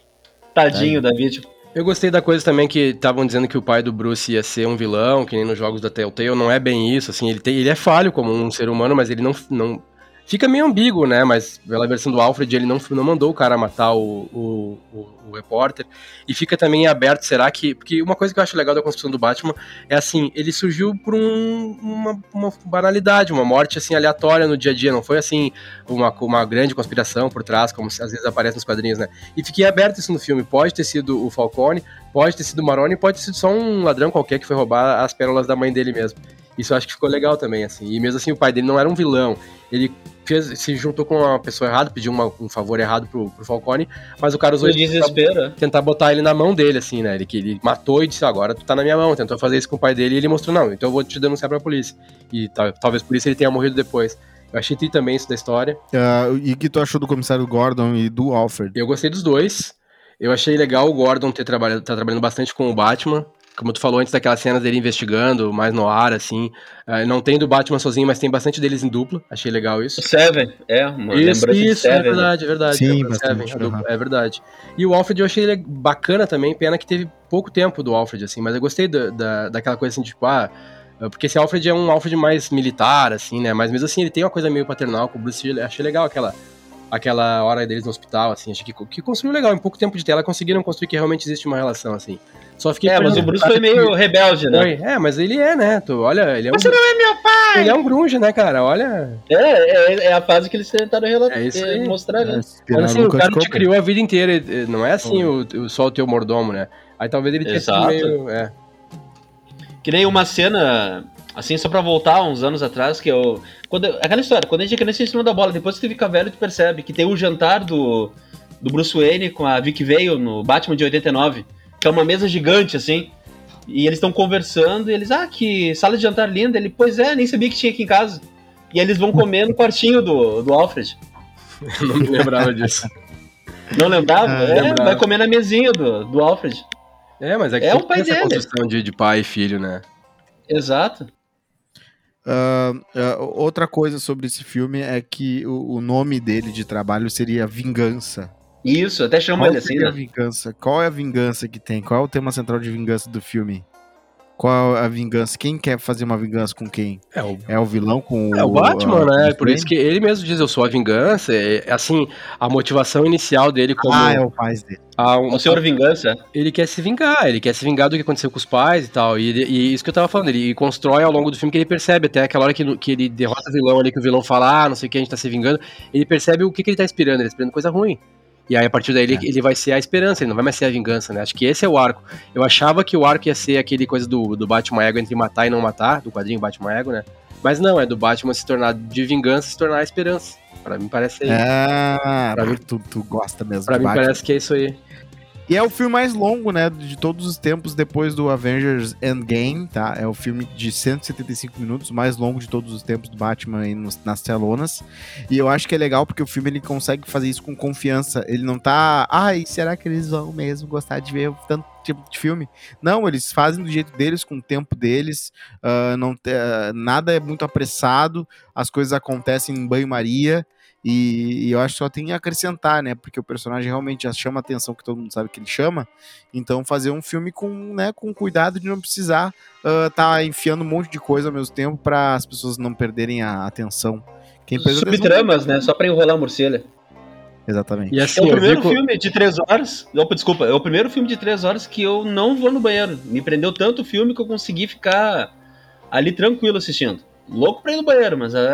Tadinho da vítima. Eu gostei da coisa também que estavam dizendo que o pai do Bruce ia ser um vilão, que nem nos jogos da Telltale, não é bem isso, assim, ele é falho como um ser humano, mas ele não fica meio ambíguo, né, mas pela versão do Alfred ele não mandou o cara matar o repórter, e fica também aberto, será que, porque uma coisa que eu acho legal da construção do Batman é assim, ele surgiu por uma banalidade, uma morte assim aleatória no dia a dia, não foi assim uma grande conspiração por trás, como às vezes aparece nos quadrinhos, né, e fiquei aberto isso no filme, pode ter sido o Falcone, pode ter sido o Maroni, pode ter sido só um ladrão qualquer que foi roubar as pérolas da mãe dele mesmo. Isso eu acho que ficou legal também, assim. E mesmo assim, o pai dele não era um vilão. Ele se juntou com uma pessoa errada, pediu um favor errado pro Falcone, mas o cara usou isso pra tentar botar ele na mão dele, assim, né? Ele matou e disse, agora tu tá na minha mão. Tentou fazer isso com o pai dele e ele mostrou, não, então eu vou te denunciar pra polícia. E talvez por isso ele tenha morrido depois. Eu achei tri também isso da história. E o que tu achou do comissário Gordon e do Alfred? Eu gostei dos dois. Eu achei legal o Gordon tá trabalhando bastante com o Batman. Como tu falou antes daquelas cenas dele investigando, mais no ar, assim. Não tem do Batman sozinho, mas tem bastante deles em dupla. Achei legal isso. O Seven, uma lembrança de Seven. É verdade. Sim, Seven, é verdade. E o Alfred eu achei ele bacana também, pena que teve pouco tempo do Alfred, assim. Mas eu gostei daquela coisa assim, tipo, porque esse Alfred é um Alfred mais militar, assim, né? Mas mesmo assim ele tem uma coisa meio paternal com o Bruce Willis. Achei legal aquela hora deles no hospital, assim, acho que construiu legal, em pouco tempo de tela conseguiram construir que realmente existe uma relação, assim. Só fiquei mas o Bruce foi meio rebelde, né? Mas ele né? Olha, ele é Você não é meu pai! Ele é um grunge, né, cara? Olha... É a fase que eles tentaram mostrar, né? Olha assim, o cara te criou a vida inteira, não é assim só o teu mordomo, né? Aí talvez ele tenha sido meio... Que nem uma cena... Assim, só pra voltar uns anos atrás, que eu... Aquela história, quando a gente é criança em cima da bola, depois que tu fica velho, tu percebe que tem um jantar do Bruce Wayne com a Vicky Vale no Batman de 89, que é uma mesa gigante, assim, e eles estão conversando, e eles, que sala de jantar linda, ele, pois é, nem sabia que tinha aqui em casa. E eles vão comer no quartinho do Alfred. Eu não me lembrava disso. Não lembrava? Vai comer na mesinha do Alfred. Mas é que o pai essa dele. construção de pai e filho, né? Exato. Outra coisa sobre esse filme é que o nome dele de trabalho seria Vingança. Isso, até chama ele assim, né? Vingança? Qual é a vingança que tem? Qual é o tema central de vingança do filme? Qual é a vingança? Quem quer fazer uma vingança com quem? É o vilão com o Batman, né? Por isso que ele mesmo diz, eu sou a vingança. Assim, a motivação inicial dele como... é o pai dele. O Senhor Vingança. Ele quer se vingar do que aconteceu com os pais e tal. E isso que eu tava falando, ele constrói ao longo do filme que ele percebe, até aquela hora que ele derrota o vilão ali, que o vilão fala, não sei o que, a gente tá se vingando, ele percebe o que ele tá esperando, ele tá esperando coisa ruim. E aí, a partir daí, ele vai ser a esperança, ele não vai mais ser a vingança, né? Acho que esse é o arco. Eu achava que o arco ia ser aquele coisa do Batman Ego entre matar e não matar, do quadrinho Batman Ego, né? Mas não, é do Batman se tornar de vingança, se tornar a esperança. Pra mim parece isso. Tu gosta mesmo. Pra mim Batman. Parece que é isso aí. E é o filme mais longo, né, de todos os tempos depois do Avengers Endgame, tá? É o filme de 175 minutos, mais longo de todos os tempos do Batman aí nas telonas. E eu acho que é legal porque o filme ele consegue fazer isso com confiança. Ele não tá... será que eles vão mesmo gostar de ver tanto tipo de filme? Não, eles fazem do jeito deles, com o tempo deles. Nada é muito apressado. As coisas acontecem em banho-maria. E eu acho que só tem a acrescentar, né? Porque o personagem realmente já chama a atenção, que todo mundo sabe que ele chama. Então fazer um filme com cuidado de não precisar tá enfiando um monte de coisa ao mesmo tempo para as pessoas não perderem a atenção. Subtramas, né? Só para enrolar a morcilha. Exatamente. E assim, é o primeiro filme de 3 horas... Desculpa, é o primeiro filme de 3 horas que eu não vou no banheiro. Me prendeu tanto o filme que eu consegui ficar ali tranquilo assistindo. Louco pra ir no banheiro, mas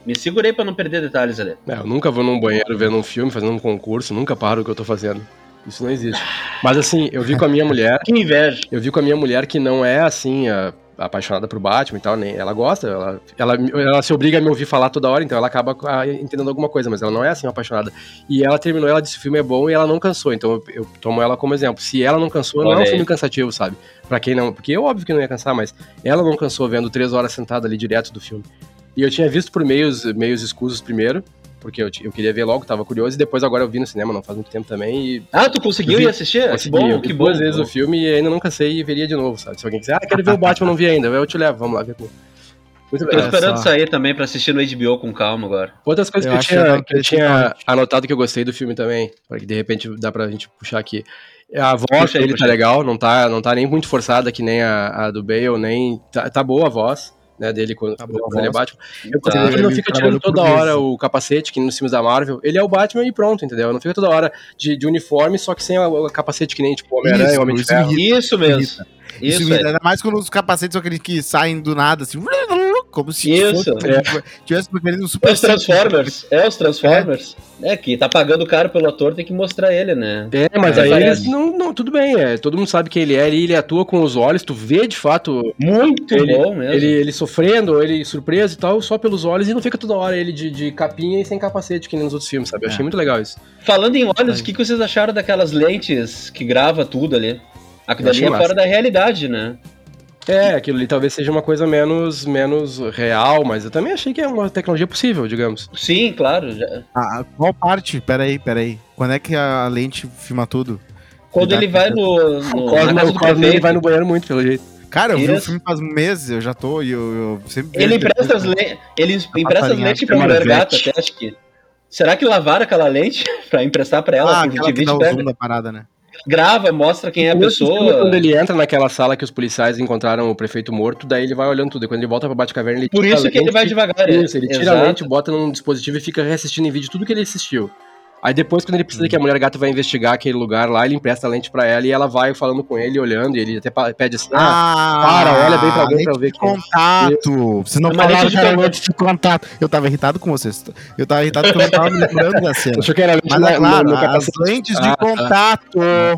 Me segurei pra não perder detalhes ali. Eu nunca vou num banheiro vendo um filme, fazendo um concurso, nunca paro o que eu tô fazendo. Isso não existe. Mas assim, eu vi com a minha mulher... Que inveja. Eu vi com a minha mulher que não é assim, apaixonada por Batman e tal, nem ela gosta, ela se obriga a me ouvir falar toda hora, então ela acaba entendendo alguma coisa, mas ela não é assim apaixonada. E ela terminou, ela disse que o filme é bom e ela não cansou, então eu tomo ela como exemplo. Se ela não cansou, não é um filme cansativo, sabe? Pra quem não, porque eu óbvio que não ia cansar, mas ela não cansou vendo 3 horas sentada ali direto do filme. E eu tinha visto por meios escusos primeiro, porque eu queria ver logo, tava curioso, e depois agora eu vi no cinema, não faz muito tempo também, e... Tu conseguiu ir assistir? Consegui, que bom. 2 vezes o filme e ainda não cansei e veria de novo, sabe? Se alguém quiser, quero ver o Batman, não vi ainda, eu te levo, vamos lá ver comigo. Muito legal. Tô esperando sair também pra assistir no HBO com calma agora. Outras coisas que eu tinha anotado que eu gostei do filme também, para que de repente dá pra gente puxar aqui. A voz dele tá legal, não tá nem muito forçada que nem a do Bale, nem... Tá boa a voz, né, dele quando ele é Batman. Ele não fica tirando toda hora o capacete, que nos filmes da Marvel, ele é o Batman e pronto, entendeu? Não fica toda hora de uniforme, só que sem o capacete que nem, tipo, Homem-Aranha, Homem de Ferro. Isso mesmo. Isso ainda mais quando os capacetes são aqueles que saem do nada, assim, como se tivesse querendo um super... Os Transformers. Que tá pagando caro pelo ator, tem que mostrar ele, né? Mas aí eles não, tudo bem, todo mundo sabe quem ele atua com os olhos, tu vê de fato... Muito bom mesmo. Ele sofrendo, ele surpreso e tal, só pelos olhos, e não fica toda hora ele de capinha e sem capacete, que nem nos outros filmes, sabe? Eu achei muito legal isso. Falando em olhos, o que vocês acharam daquelas lentes que grava tudo ali? Aquilo ali é fora da realidade, né? Aquilo ali talvez seja uma coisa menos real, mas eu também achei que é uma tecnologia possível, digamos. Sim, claro. Qual parte? Peraí. Quando é que a lente filma tudo? Quando ele vai o Cosmo ele vai no banheiro muito, pelo jeito. Cara, eu vi o filme faz meses, eu já tô, e eu sempre... Ele empresta as lentes pra mulher gata, até acho que... Será que lavaram aquela lente pra emprestar pra ela? Aquela que dá o zoom da parada, né? Grava, mostra quem é a pessoa. Quando ele entra naquela sala que os policiais encontraram o prefeito morto, daí ele vai olhando tudo. E quando ele volta pra Batcaverna, ele tira a lente. Por isso que ele vai devagar. Isso, ele tira a lente, bota num dispositivo e fica reassistindo em vídeo tudo que ele assistiu. Aí depois, quando ele precisa que a mulher gata vai investigar aquele lugar lá, ele empresta a lente pra ela e ela vai falando com ele, olhando, e ele até pede assim, olha bem pra alguém pra ver que contato. Vocês não falaram que era lente de contato. Eu tava irritado com vocês. Eu tava irritado porque eu não tava me lembrando da cena. Achou que era lente. Mas é claro, as lentes de contato.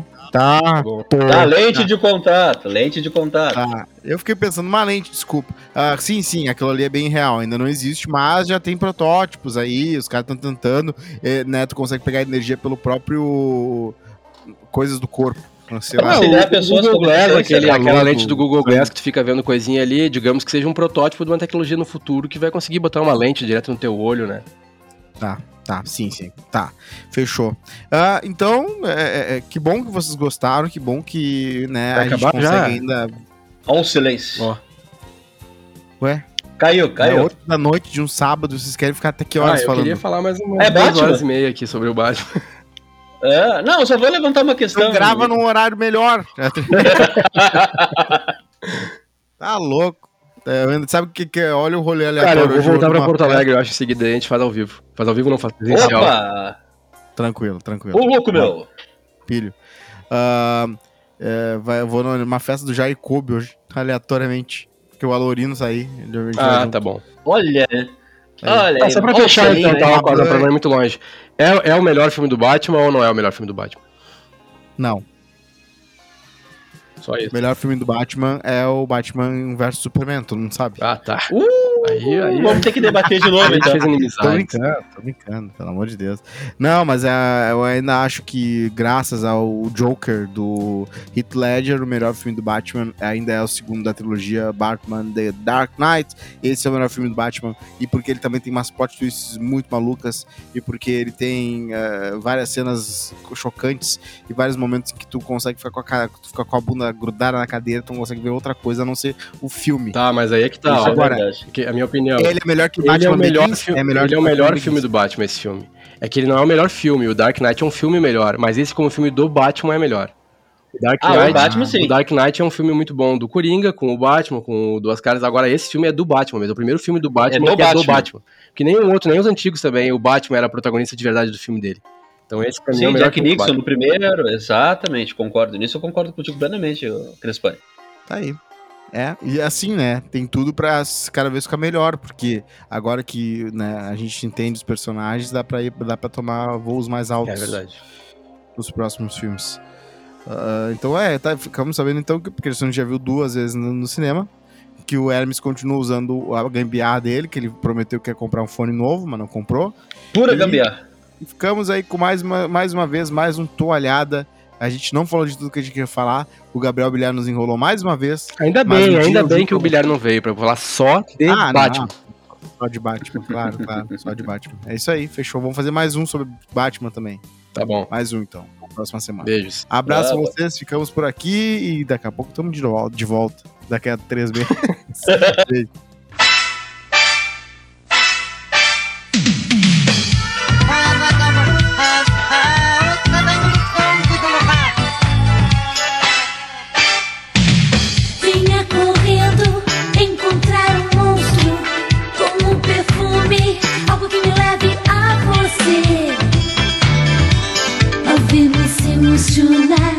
Lente de contato. Tá. Eu fiquei pensando, uma lente, desculpa. Sim, aquilo ali é bem real, ainda não existe, mas já tem protótipos aí, os caras estão tentando, né, tu consegue pegar energia pelo próprio coisas do corpo. Sei lá. Aquela lente do Google Glass que tu fica vendo coisinha ali, digamos que seja um protótipo de uma tecnologia no futuro que vai conseguir botar uma lente direto no teu olho, né? Tá, sim, tá, fechou. Então, que bom que vocês gostaram, que bom que, né, a gente consegue ainda... Ó o silêncio. Ué? Caiu. É 8 da noite de um sábado, vocês querem ficar até que horas falando? Eu queria falar mais umas 2 horas e meia aqui sobre o Batman. Não, eu só vou levantar uma questão. Então grava num horário melhor. Tá louco. Sabe o que é? Olha o rolê aleatório. Cara, eu vou voltar pra Porto Alegre, eu acho, em seguida a gente faz ao vivo. Faz ao vivo, não faz presencial. Opa! Tranquilo. Ô, louco, meu! Filho. Eu vou numa festa do Jair Kobe hoje, aleatoriamente. Porque o Alorino sair. Tá bom. Olha. Só pra fechar, então, tá uma coisa pra não ir muito longe. É o melhor filme do Batman ou não é o melhor filme do Batman? Não. Só isso. O melhor filme do Batman é o Batman vs Superman, todo mundo sabe. Tá. Aí, vamos ter que debater de novo, então. Tô brincando, pelo amor de Deus. Não, mas eu ainda acho que, graças ao Joker do Heath Ledger, o melhor filme do Batman ainda é o segundo da trilogia Batman The Dark Knight. Esse é o melhor filme do Batman, e porque ele também tem umas plot twists muito malucas, e porque ele tem várias cenas chocantes e vários momentos em que tu consegue ficar com a bunda grudada na cadeira, tu não consegue ver outra coisa a não ser o filme. Tá, mas aí é que tá. Agora, a minha opinião. Ele é melhor que Batman. Ele é o melhor filme do Batman, esse filme. É que ele não é o melhor filme. O Dark Knight é um filme melhor, mas esse como filme do Batman é melhor. O Batman, sim. O Dark Knight é um filme muito bom do Coringa, com o Batman, com o Duas Caras. Agora, esse filme é do Batman mesmo. É o primeiro filme do Batman é do Batman. Que nem o outro, nem os antigos também. O Batman era protagonista de verdade do filme dele. Então esse pra mim é o melhor Jack Nixon no primeiro, exatamente, concordo. Nisso eu concordo contigo plenamente, Crespani. Tá aí. E assim, né, tem tudo pra cada vez ficar melhor, porque agora que, né, a gente entende os personagens, dá pra tomar voos mais altos. É verdade. Nos próximos filmes. Então, ficamos sabendo então que, porque a gente já viu 2 vezes no cinema, que o Hermes continua usando a gambiarra dele, que ele prometeu que ia comprar um fone novo, mas não comprou. Pura gambiarra. E ficamos aí com mais uma vez, mais um toalhada. A gente não falou de tudo que a gente queria falar. O Gabriel Bilhar nos enrolou mais uma vez. Ainda bem que o Bilhar não veio, pra eu falar só de Batman. Não. Só de Batman, claro, só de Batman. É isso aí, fechou. Vamos fazer mais um sobre Batman também. Tá bom. Mais um, então, na próxima semana. Beijos. Abraço a vocês, ficamos por aqui e daqui a pouco estamos de volta. Daqui a 3 meses. Beijo. Venha correndo encontrar um monstro com um perfume, algo que me leve a você. Ao ver-me se emocionar,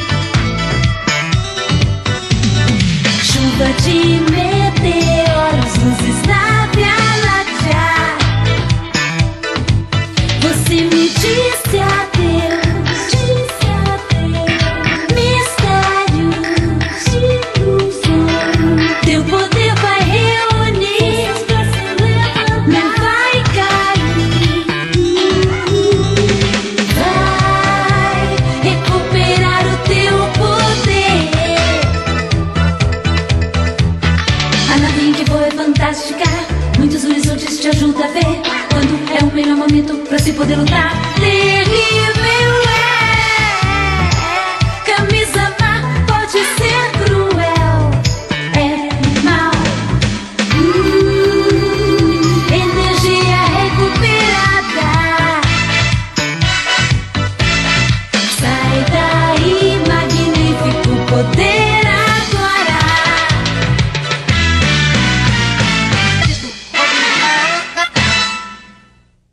chuva de meteoros, luzes na Via Láctea. Você me disse adeus, mistérios, ilusões. Teu poder vai reunir, não vai cair. Vai recuperar o teu poder. A navinha que voa é fantástica, muitos horizontes te ajuda a ver quando é o melhor momento pra se poder lutar.